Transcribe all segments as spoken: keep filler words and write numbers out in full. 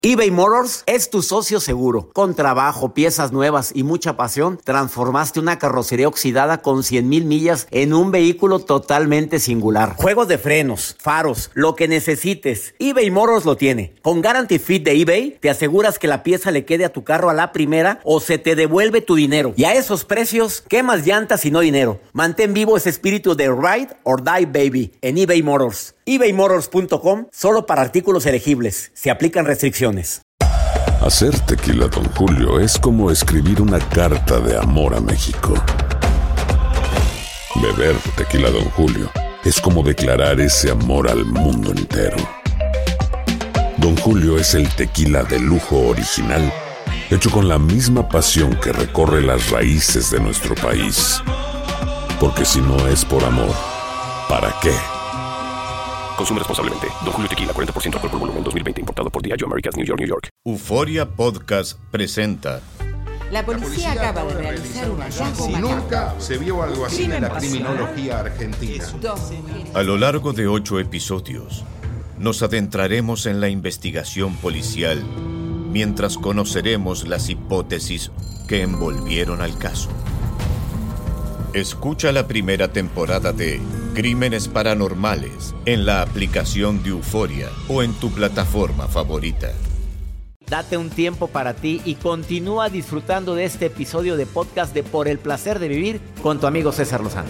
eBay Motors es tu socio seguro. Con trabajo, piezas nuevas y mucha pasión, transformaste una carrocería oxidada con cien mil millas en un vehículo totalmente singular. Juegos de frenos, faros, lo que necesites, eBay Motors lo tiene. Con Guarantee Fit de eBay, te aseguras que la pieza le quede a tu carro a la primera o se te devuelve tu dinero. Y a esos precios, ¿qué más llantas y no dinero? Mantén vivo ese espíritu de Ride or Die Baby en eBay Motors. ebay motors punto com, solo para artículos elegibles. Se aplican restricciones. Hacer tequila Don Julio es como escribir una carta de amor a México. Beber tequila Don Julio es como declarar ese amor al mundo entero. Don Julio es el tequila de lujo original, hecho con la misma pasión que recorre las raíces de nuestro país. Porque si no es por amor, ¿para qué? Consume responsablemente. Don Julio Tequila, cuarenta por ciento alcohol por volumen, dos mil veinte. Importado por Diageo Americas, New York, New York. Euforia Podcast presenta. La policía acaba de realizar un hallazgo Y macabro. nunca se vio algo así en la criminología argentina. A lo largo de ocho episodios, nos adentraremos en la investigación policial mientras conoceremos las hipótesis que envolvieron al caso. Escucha la primera temporada de Crímenes Paranormales en la aplicación de Euforia o en tu plataforma favorita. Date un tiempo para ti y continúa disfrutando de este episodio de podcast de Por el Placer de Vivir con tu amigo César Lozano.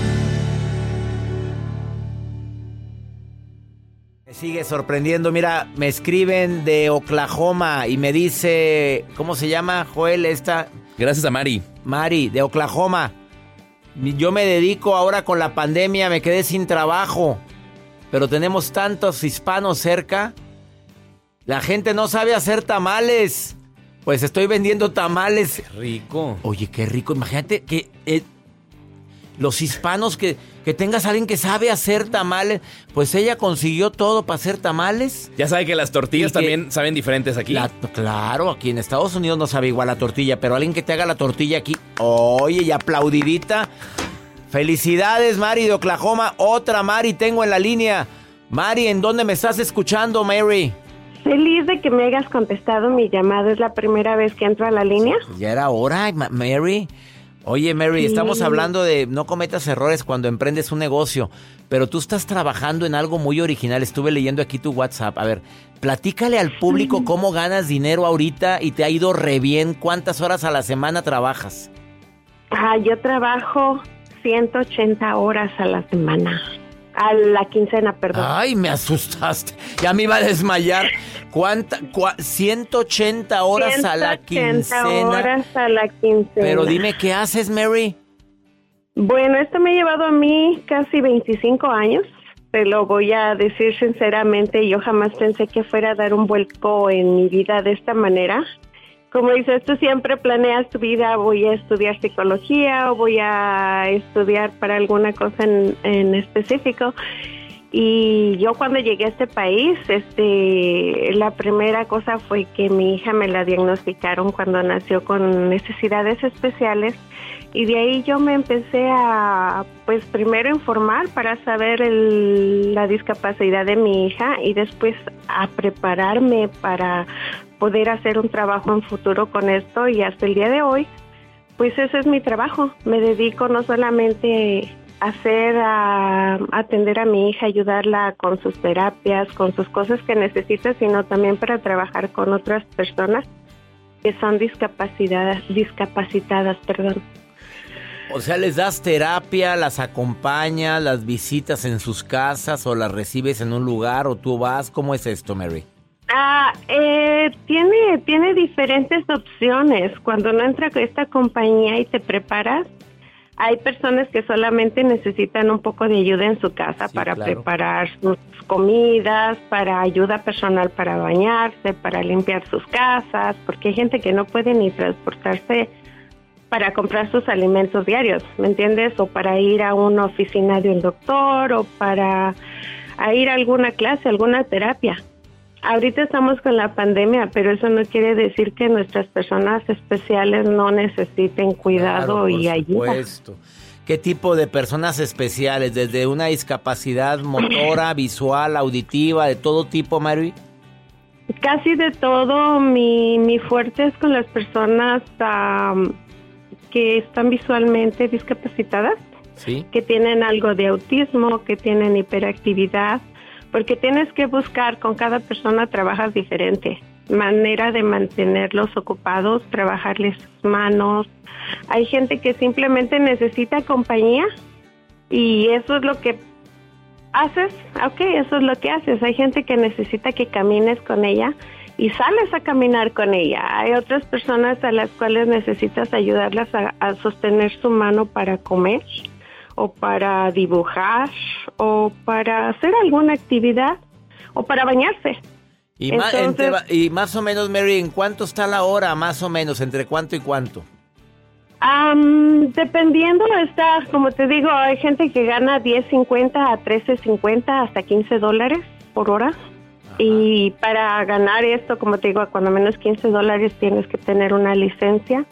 Me sigue sorprendiendo, mira, me escriben de Oklahoma y me dice, ¿cómo se llama, Joel? Esta Gracias a Mari. Mari, de Oklahoma. Yo me dedico ahora con la pandemia, me quedé sin trabajo, pero tenemos tantos hispanos cerca. La gente no sabe hacer tamales. Pues estoy vendiendo tamales. Qué rico. Oye, qué rico. Imagínate que eh, los hispanos, que, que tengas a alguien que sabe hacer tamales. Pues ella consiguió todo para hacer tamales. Ya sabe que las tortillas Y que- también saben diferentes aquí. La- claro, aquí en Estados Unidos no sabe igual la tortilla, pero alguien que te haga la tortilla aquí. Oye, y aplaudidita. Felicidades, Mari de Oklahoma. Otra Mari tengo en la línea. Mari, ¿en dónde me estás escuchando, Mary? Feliz de que me hayas contestado mi llamada. Es la primera vez que entro a la línea. Ya era hora, Ma- Mary. Oye, Mary, Sí. estamos hablando de no cometas errores cuando emprendes un negocio, pero tú estás trabajando en algo muy original. Estuve leyendo aquí tu WhatsApp. A ver, platícale al público Sí. cómo ganas dinero ahorita y te ha ido re bien. ¿Cuántas horas a la semana trabajas? Ah, yo trabajo ciento ochenta horas a la semana. A la quincena, perdón. Ay, me asustaste. Ya me iba a desmayar. ¿Cuánta? Cua- ciento ochenta horas a la ciento ochenta quincena. horas a la quincena. Pero dime, ¿qué haces, Mary? Bueno, esto me ha llevado a mí casi veinticinco años. Te lo voy a decir sinceramente. Yo jamás pensé que fuera a dar un vuelco en mi vida de esta manera. Como dices, tú siempre planeas tu vida, voy a estudiar psicología o voy a estudiar para alguna cosa en, en específico. Y yo cuando llegué a este país, este, la primera cosa fue que mi hija me la diagnosticaron cuando nació con necesidades especiales. Y de ahí yo me empecé a, pues primero informar para saber el, la discapacidad de mi hija y después a prepararme para poder hacer un trabajo en futuro con esto, y hasta el día de hoy, pues ese es mi trabajo. Me dedico no solamente a hacer, a, a atender a mi hija, ayudarla con sus terapias, con sus cosas que necesita, sino también para trabajar con otras personas que son discapacitadas, discapacitadas, perdón. O sea, ¿les das terapia, las acompañas, las visitas en sus casas o las recibes en un lugar o tú vas? ¿Cómo es esto, Mary? Ah, eh, tiene, tiene diferentes opciones. Cuando uno entra a esta compañía y te preparas, hay personas que solamente necesitan un poco de ayuda en su casa Sí, para claro. preparar sus comidas, para ayuda personal para bañarse, para limpiar sus casas, porque hay gente que no puede ni transportarse para comprar sus alimentos diarios, ¿me entiendes? O para ir a una oficina de un doctor o para a ir a alguna clase, alguna terapia. Ahorita estamos con la pandemia, pero eso no quiere decir que nuestras personas especiales no necesiten cuidado Claro, y por ayuda. supuesto. ¿Qué tipo de personas especiales? ¿Desde una discapacidad motora, visual, auditiva, de todo tipo, Mary? Casi de todo. Mi, mi fuerte es con las personas um, que están visualmente discapacitadas, ¿sí? Que tienen algo de autismo, que tienen hiperactividad, porque tienes que buscar, con cada persona trabajas diferente, manera de mantenerlos ocupados, trabajarles sus manos. Hay gente que simplemente necesita compañía y eso es lo que haces, ok, eso es lo que haces. Hay gente que necesita que camines con ella y sales a caminar con ella. Hay otras personas a las cuales necesitas ayudarlas a, a sostener su mano para comer o para dibujar o para hacer alguna actividad o para bañarse. Y, ma- Entonces, entre- y más o menos, Mary, ¿en cuánto está la hora? Más o menos, ¿entre cuánto y cuánto? Um, dependiendo, está, como te digo, hay gente que gana diez cincuenta a trece cincuenta hasta quince dólares por hora. Ajá. Y para ganar esto, como te digo, a cuando menos quince dólares tienes que tener una licencia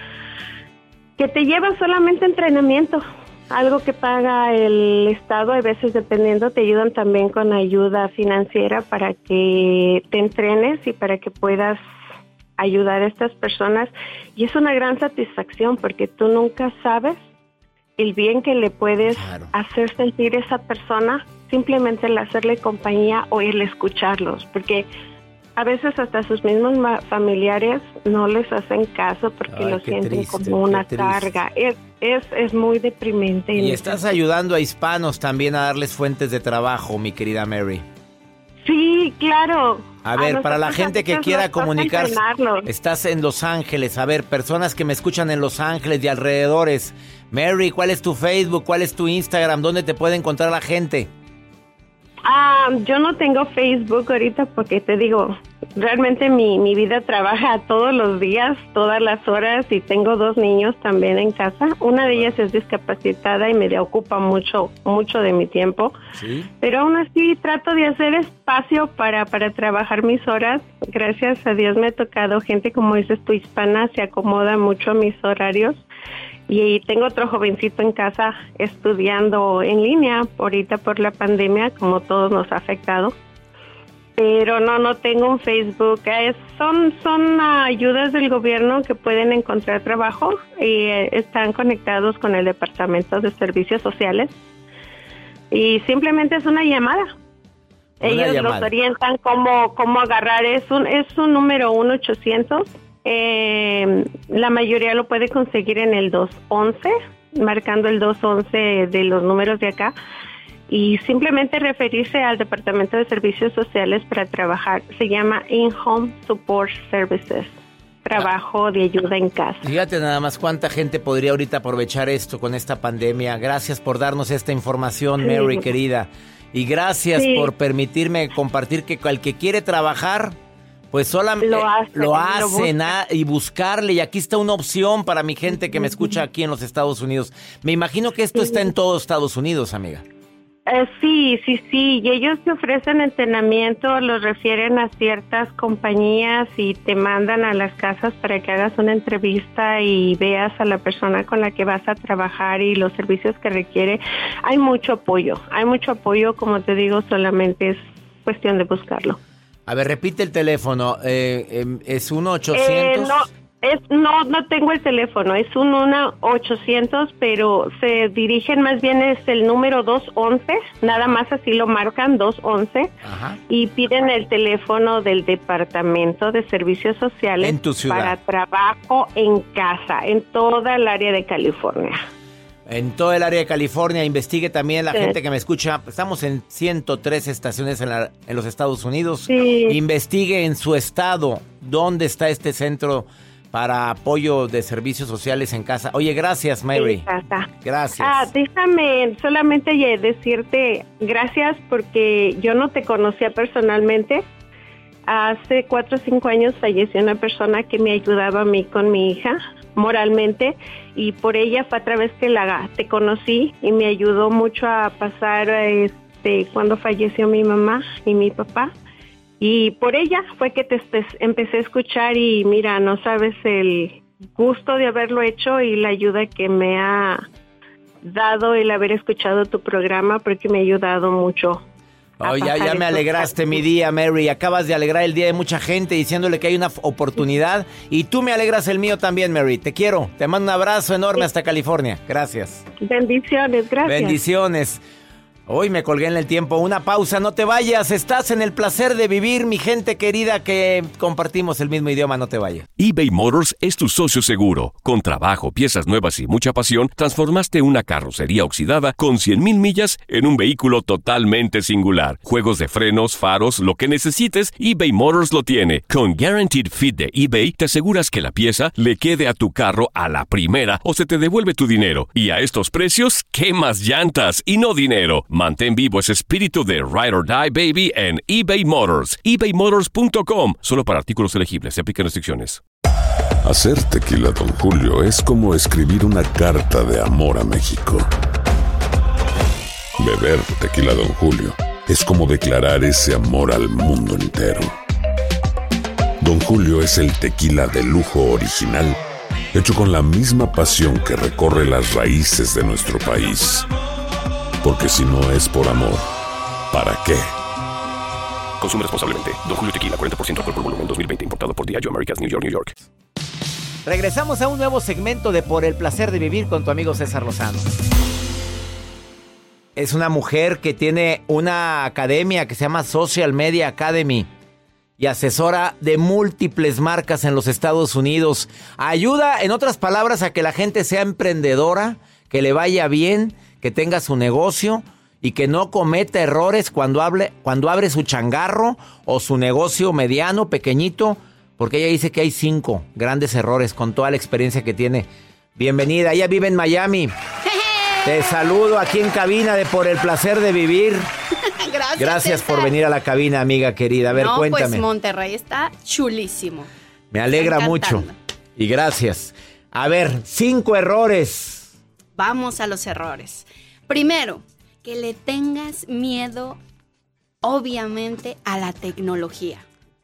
que te lleva solamente entrenamiento, algo que paga el Estado. A veces, dependiendo, te ayudan también con ayuda financiera para que te entrenes y para que puedas ayudar a estas personas, y es una gran satisfacción porque tú nunca sabes el bien que le puedes claro. hacer sentir a esa persona simplemente el hacerle compañía o el escucharlos, porque a veces hasta sus mismos familiares no les hacen caso porque Ay, lo sienten triste, como una carga. Es, es, es muy deprimente. Y estás ayudando a hispanos también a darles fuentes de trabajo, mi querida Mary. Sí, claro. A ver, a para la gente que quiera comunicarse, estás en Los Ángeles. A ver, personas que me escuchan en Los Ángeles y alrededores. Mary, ¿cuál es tu Facebook? ¿Cuál es tu Instagram? ¿Dónde te puede encontrar la gente? Ah, yo no tengo Facebook ahorita porque te digo, realmente mi, mi vida trabaja todos los días, todas las horas, y tengo dos niños también en casa. Una de ellas es discapacitada y me ocupa mucho, mucho de mi tiempo. ¿Sí? Pero aún así trato de hacer espacio para, para trabajar mis horas. Gracias a Dios me ha tocado gente, como dices tú, hispana, se acomoda mucho a mis horarios. Y tengo otro jovencito en casa estudiando en línea ahorita por la pandemia, como todos nos ha afectado. Pero no, no tengo un Facebook. Es, son son uh, ayudas del gobierno que pueden encontrar trabajo y eh, están conectados con el Departamento de Servicios Sociales. Y simplemente es una llamada. Una Ellos llamada. Los orientan cómo, cómo agarrar. Es un, es un número uno ochocientos. Eh, la mayoría lo puede conseguir en el dos once, marcando el dos once de los números de acá, y simplemente referirse al Departamento de Servicios Sociales para trabajar. Se llama In-Home Support Services, trabajo de ayuda en casa. Fíjate nada más cuánta gente podría ahorita aprovechar esto con esta pandemia. Gracias por darnos esta información, sí. Mary, querida, y gracias sí. por permitirme compartir que el que quiere trabajar, pues solamente lo hace, lo hace lo y buscarle, y aquí está una opción para mi gente que me escucha aquí en los Estados Unidos. Me imagino que esto sí. está en todo Estados Unidos, amiga. Eh, sí, sí, sí, y ellos te ofrecen entrenamiento, los refieren a ciertas compañías y te mandan a las casas para que hagas una entrevista y veas a la persona con la que vas a trabajar y los servicios que requiere. Hay mucho apoyo, hay mucho apoyo, como te digo, solamente es cuestión de buscarlo. A ver, repite el teléfono. Eh, eh, ¿Es uno ochocientos? Eh, no, es, no, no tengo el teléfono. Es un uno ochocientos, pero se dirigen más bien, es el número dos once. Nada más así lo marcan, dos once. Ajá. Y piden el teléfono del Departamento de Servicios Sociales en tu ciudad, para trabajo en casa, en toda el área de California. En todo el área de California. Investigue también la sí. gente que me escucha. Estamos en ciento tres estaciones en, la, en los Estados Unidos. Sí. Investigue en su estado dónde está este centro para apoyo de servicios sociales en casa. Oye, gracias, Mary. Gracias. Ah, déjame solamente decirte gracias porque yo no te conocía personalmente. Hace cuatro o cinco años falleció una persona que me ayudaba a mí con mi hija moralmente, y por ella fue a través que la te conocí y me ayudó mucho a pasar este cuando falleció mi mamá y mi papá, y por ella fue que te empecé a escuchar, y mira, no sabes el gusto de haberlo hecho y la ayuda que me ha dado el haber escuchado tu programa, porque me ha ayudado mucho. Oh, ya, ya me alegraste mi día, Mary. Acabas de alegrar el día de mucha gente diciéndole que hay una oportunidad. Y tú me alegras el mío también, Mary. Te quiero. Te mando un abrazo enorme hasta California. Gracias. Bendiciones, gracias. Bendiciones. Hoy me colgué en el tiempo. Una pausa, no te vayas. Estás en el placer de vivir, mi gente querida, que compartimos el mismo idioma. No te vayas. eBay Motors es tu socio seguro. Con trabajo, piezas nuevas y mucha pasión, transformaste una carrocería oxidada con cien mil millas en un vehículo totalmente singular. Juegos de frenos, faros, lo que necesites, eBay Motors lo tiene. Con Guaranteed Fit de eBay, te aseguras que la pieza le quede a tu carro a la primera o se te devuelve tu dinero. Y a estos precios, ¿qué más llantas y no dinero? Mantén vivo ese espíritu de Ride or Die, baby, en eBay Motors. ebay motors punto com. Solo para artículos elegibles. Se aplican restricciones. Hacer tequila Don Julio es como escribir una carta de amor a México. Beber tequila Don Julio es como declarar ese amor al mundo entero. Don Julio es el tequila de lujo original, hecho con la misma pasión que recorre las raíces de nuestro país. Porque si no es por amor, ¿para qué? Consume responsablemente. Don Julio Tequila, cuarenta por ciento alcohol por volumen, dos mil veinte. Importado por Diageo Americas, New York, New York. Regresamos a un nuevo segmento de Por el placer de vivir con tu amigo César Lozano. Es una mujer que tiene una academia que se llama Social Media Academy y asesora de múltiples marcas en los Estados Unidos. Ayuda, en otras palabras, a que la gente sea emprendedora, que le vaya bien, que tenga su negocio y que no cometa errores cuando, hable, cuando abre su changarro o su negocio mediano, pequeñito, porque ella dice que hay cinco grandes errores con toda la experiencia que tiene. Bienvenida, ella vive en Miami. Te saludo aquí en cabina de Por el placer de vivir. Gracias, Gracias César. por venir a la cabina, amiga querida. A ver, no, cuéntame. Pues Monterrey está chulísimo. Me alegra Está mucho. encantando. Y gracias. A ver, cinco errores. Vamos a los errores. Primero, que le tengas miedo, obviamente, a la tecnología.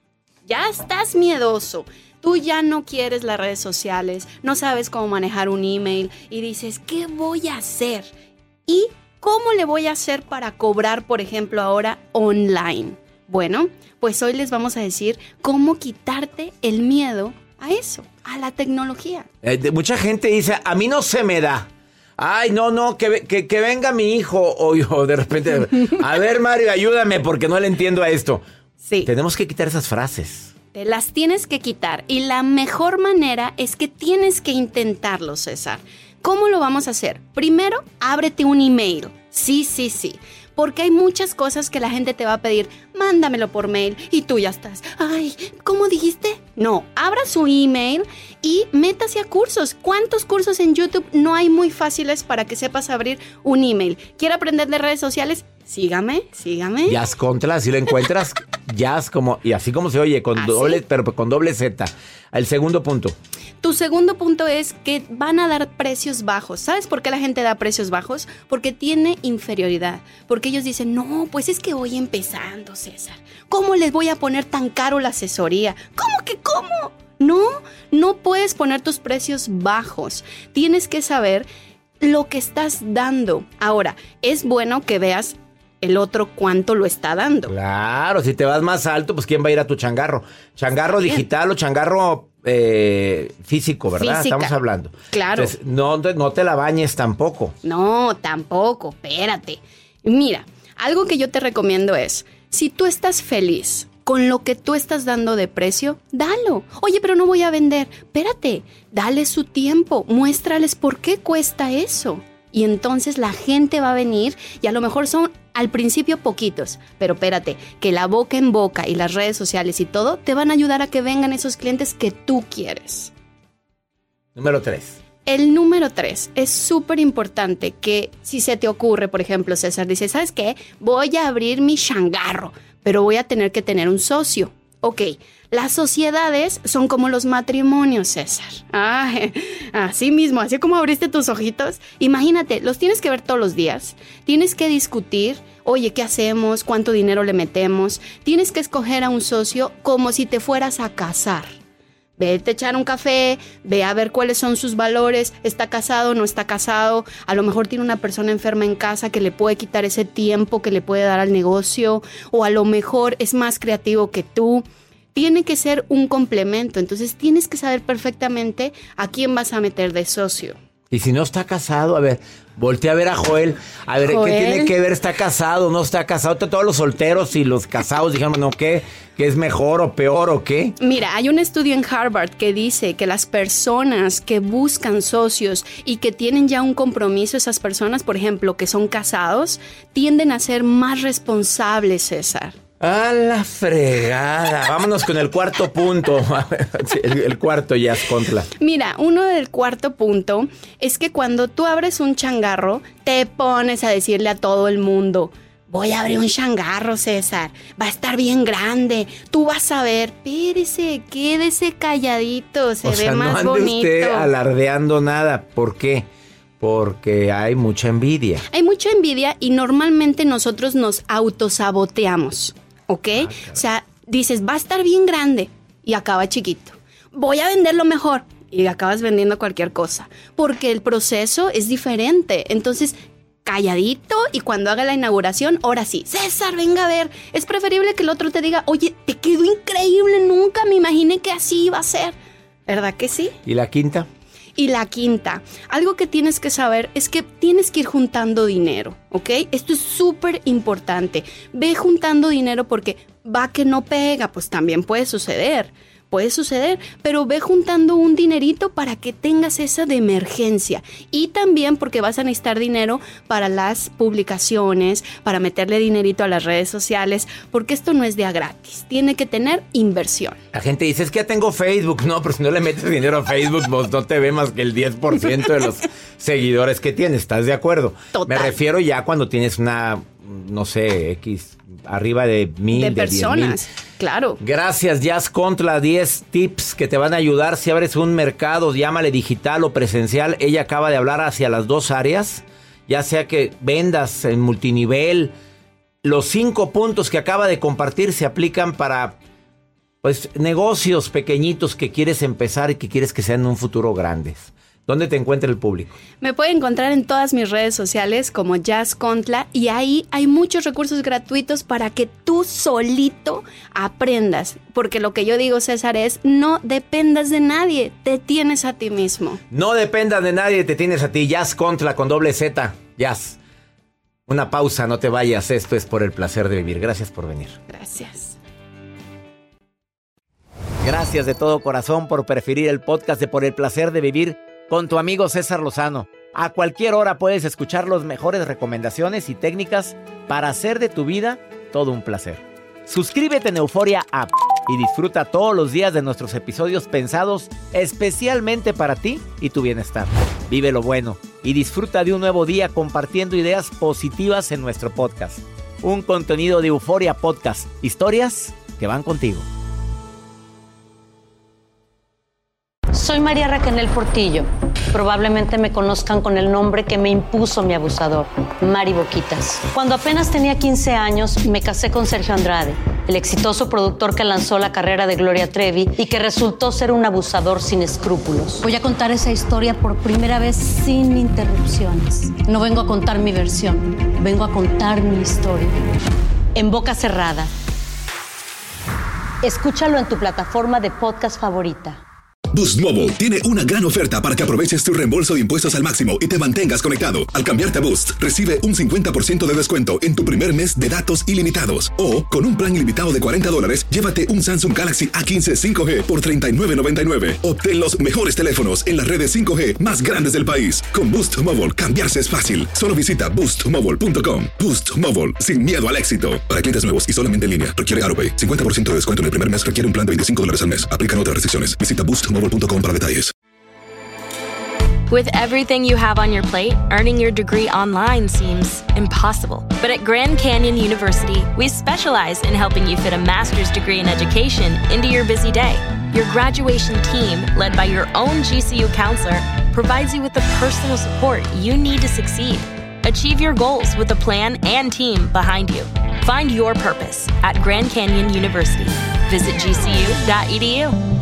Ya estás miedoso. Tú ya no quieres las redes sociales, no sabes cómo manejar un email y dices, ¿qué voy a hacer? ¿Y cómo le voy a hacer para cobrar, por ejemplo, ahora online? Bueno, pues hoy les vamos a decir cómo quitarte el miedo a eso, a la tecnología. Eh, de- mucha gente dice, a mí no se me da. Ay, no, no, que, ve- que, que venga mi hijo. O yo de repente, a ver, Mario, ayúdame porque no le entiendo a esto. Sí. Tenemos que quitar esas frases. Te las tienes que quitar y la mejor manera es que tienes que intentarlo, César. ¿Cómo lo vamos a hacer? Primero, ábrete un email. Sí, sí, sí. Porque hay muchas cosas que la gente te va a pedir, mándamelo por mail y tú ya estás. Ay, ¿cómo dijiste? No, abra su email y métase a cursos. ¿Cuántos cursos en YouTube no hay muy fáciles para que sepas abrir un email? ¿Quiere aprender de redes sociales? Sígame, sígame. Jazz Contra, así lo encuentras. Jazz como, y así como se oye, con ¿Ah, doble, sí? pero con doble Z. El segundo punto. Tu segundo punto es que van a dar precios bajos. ¿Sabes por qué la gente da precios bajos? Porque tiene inferioridad. Porque ellos dicen, no, pues es que voy empezando, César. ¿Cómo les voy a poner tan caro la asesoría? ¿Cómo que cómo? No, no puedes poner tus precios bajos. Tienes que saber lo que estás dando. Ahora, es bueno que veas el otro cuánto lo está dando. Claro, si te vas más alto, pues ¿quién va a ir a tu changarro? Changarro Bien. digital o changarro eh, físico, ¿verdad? Física. Estamos hablando. Claro. Entonces, no, te- no te la bañes tampoco. No, tampoco, espérate. Mira, algo que yo te recomiendo es, si tú estás feliz con lo que tú estás dando de precio, dalo. Oye, pero no voy a vender. Espérate, dale su tiempo, muéstrales por qué cuesta eso. Y entonces la gente va a venir y a lo mejor son al principio poquitos, pero espérate, que la boca en boca y las redes sociales y todo te van a ayudar a que vengan esos clientes que tú quieres. Número tres. El número tres, es súper importante que si se te ocurre, por ejemplo, César dice, ¿sabes qué? Voy a abrir mi changarro, pero voy a tener que tener un socio. Ok, las sociedades son como los matrimonios, César. Ay, así mismo, así como abriste tus ojitos. Imagínate, los tienes que ver todos los días. Tienes que discutir, oye, ¿qué hacemos? ¿Cuánto dinero le metemos? Tienes que escoger a un socio como si te fueras a casar. Vete a echar un café, ve a ver cuáles son sus valores, está casado, no está casado, a lo mejor tiene una persona enferma en casa que le puede quitar ese tiempo que le puede dar al negocio, o a lo mejor es más creativo que tú. Tiene que ser un complemento, entonces tienes que saber perfectamente a quién vas a meter de socio. Y si no está casado, a ver, voltea a ver a Joel. A ver, Joel. ¿qué tiene que ver? ¿Está casado? ¿No está casado? Todos los solteros y los casados dijeron, ¿no qué? ¿Qué es mejor o peor o qué? Mira, hay un estudio en Harvard que dice que las personas que buscan socios y que tienen ya un compromiso, esas personas, por ejemplo, que son casados, tienden a ser más responsables, César. A la fregada. Vámonos con el cuarto punto. el, el cuarto ya es contra. Mira, uno del cuarto punto es que cuando tú abres un changarro, te pones a decirle a todo el mundo, voy a abrir un changarro, César, va a estar bien grande, tú vas a ver, espérese, quédese calladito, se o ve sea, más no ande bonito. usted alardeando nada. ¿Por qué? Porque hay mucha envidia. Hay mucha envidia y normalmente nosotros nos autosaboteamos, ¿ok? Ah, o sea, dices, va a estar bien grande y acaba chiquito. Voy a venderlo mejor y acabas vendiendo cualquier cosa. Porque el proceso es diferente. Entonces, calladito y cuando haga la inauguración, ahora sí, César, venga a ver. Es preferible que el otro te diga, oye, te quedó increíble, nunca me imaginé que así iba a ser. ¿Verdad que sí? ¿Y la quinta? Y la quinta, algo que tienes que saber es que tienes que ir juntando dinero, ¿ok? Esto es súper importante. Ve juntando dinero porque va que no pega, pues también puede suceder. Puede suceder, pero ve juntando un dinerito para que tengas esa de emergencia. Y también porque vas a necesitar dinero para las publicaciones, para meterle dinerito a las redes sociales, porque esto no es de a gratis. Tiene que tener inversión. La gente dice, es que ya tengo Facebook. No, pero si no le metes dinero a Facebook, vos no te ve más que el diez por ciento de los seguidores que tienes. ¿Estás de acuerdo? Total. Me refiero ya cuando tienes una, no sé, X, arriba de mil, de, de personas. diez mil. Claro. Gracias, Jazz Contra, diez tips que te van a ayudar si abres un mercado, llámale digital o presencial. Ella acaba de hablar hacia las dos áreas, ya sea que vendas en multinivel. Los cinco puntos que acaba de compartir se aplican para pues negocios pequeñitos que quieres empezar y que quieres que sean en un futuro grandes. ¿Dónde te encuentra el público? Me puede encontrar en todas mis redes sociales como Jazz Contra y ahí hay muchos recursos gratuitos para que tú solito aprendas. Porque lo que yo digo, César, es no dependas de nadie, te tienes a ti mismo. No dependas de nadie, te tienes a ti. Jazz Contra con doble Z. Jazz. Una pausa, no te vayas. Esto es Por el Placer de Vivir. Gracias por venir. Gracias. Gracias de todo corazón por preferir el podcast de Por el Placer de Vivir con tu amigo César Lozano. A cualquier hora puedes escuchar las mejores recomendaciones y técnicas para hacer de tu vida todo un placer. Suscríbete en Euforia App y disfruta todos los días de nuestros episodios pensados especialmente para ti y tu bienestar. Vive lo bueno y disfruta de un nuevo día compartiendo ideas positivas en nuestro podcast. Un contenido de Euforia Podcast. Historias que van contigo. Soy María Raquel Portillo. Probablemente me conozcan con el nombre que me impuso mi abusador, Mari Boquitas. Cuando apenas tenía quince años, me casé con Sergio Andrade, el exitoso productor que lanzó la carrera de Gloria Trevi y que resultó ser un abusador sin escrúpulos. Voy a contar esa historia por primera vez sin interrupciones. No vengo a contar mi versión, vengo a contar mi historia. En boca cerrada. Escúchalo en tu plataforma de podcast favorita. Boost Mobile tiene una gran oferta para que aproveches tu reembolso de impuestos al máximo y te mantengas conectado. Al cambiarte a Boost, recibe un cincuenta por ciento de descuento en tu primer mes de datos ilimitados. O, con un plan ilimitado de cuarenta dólares, llévate un Samsung Galaxy A quince cinco G por treinta y nueve noventa y nueve. Obtén los mejores teléfonos en las redes cinco G más grandes del país. Con Boost Mobile, cambiarse es fácil. Solo visita boost mobile punto com. Boost Mobile, sin miedo al éxito. Para clientes nuevos y solamente en línea, requiere AutoPay. cincuenta por ciento de descuento en el primer mes requiere un plan de veinticinco dólares al mes. Aplican otras restricciones. Visita boost mobile punto com para detalles. With everything you have on your plate, earning your degree online seems impossible. But at Grand Canyon University, we specialize in helping you fit a master's degree in education into your busy day. Your graduation team, led by your own G C U counselor, provides you with the personal support you need to succeed. Achieve your goals with a plan and team behind you. Find your purpose at Grand Canyon University. Visit G C U dot E D U.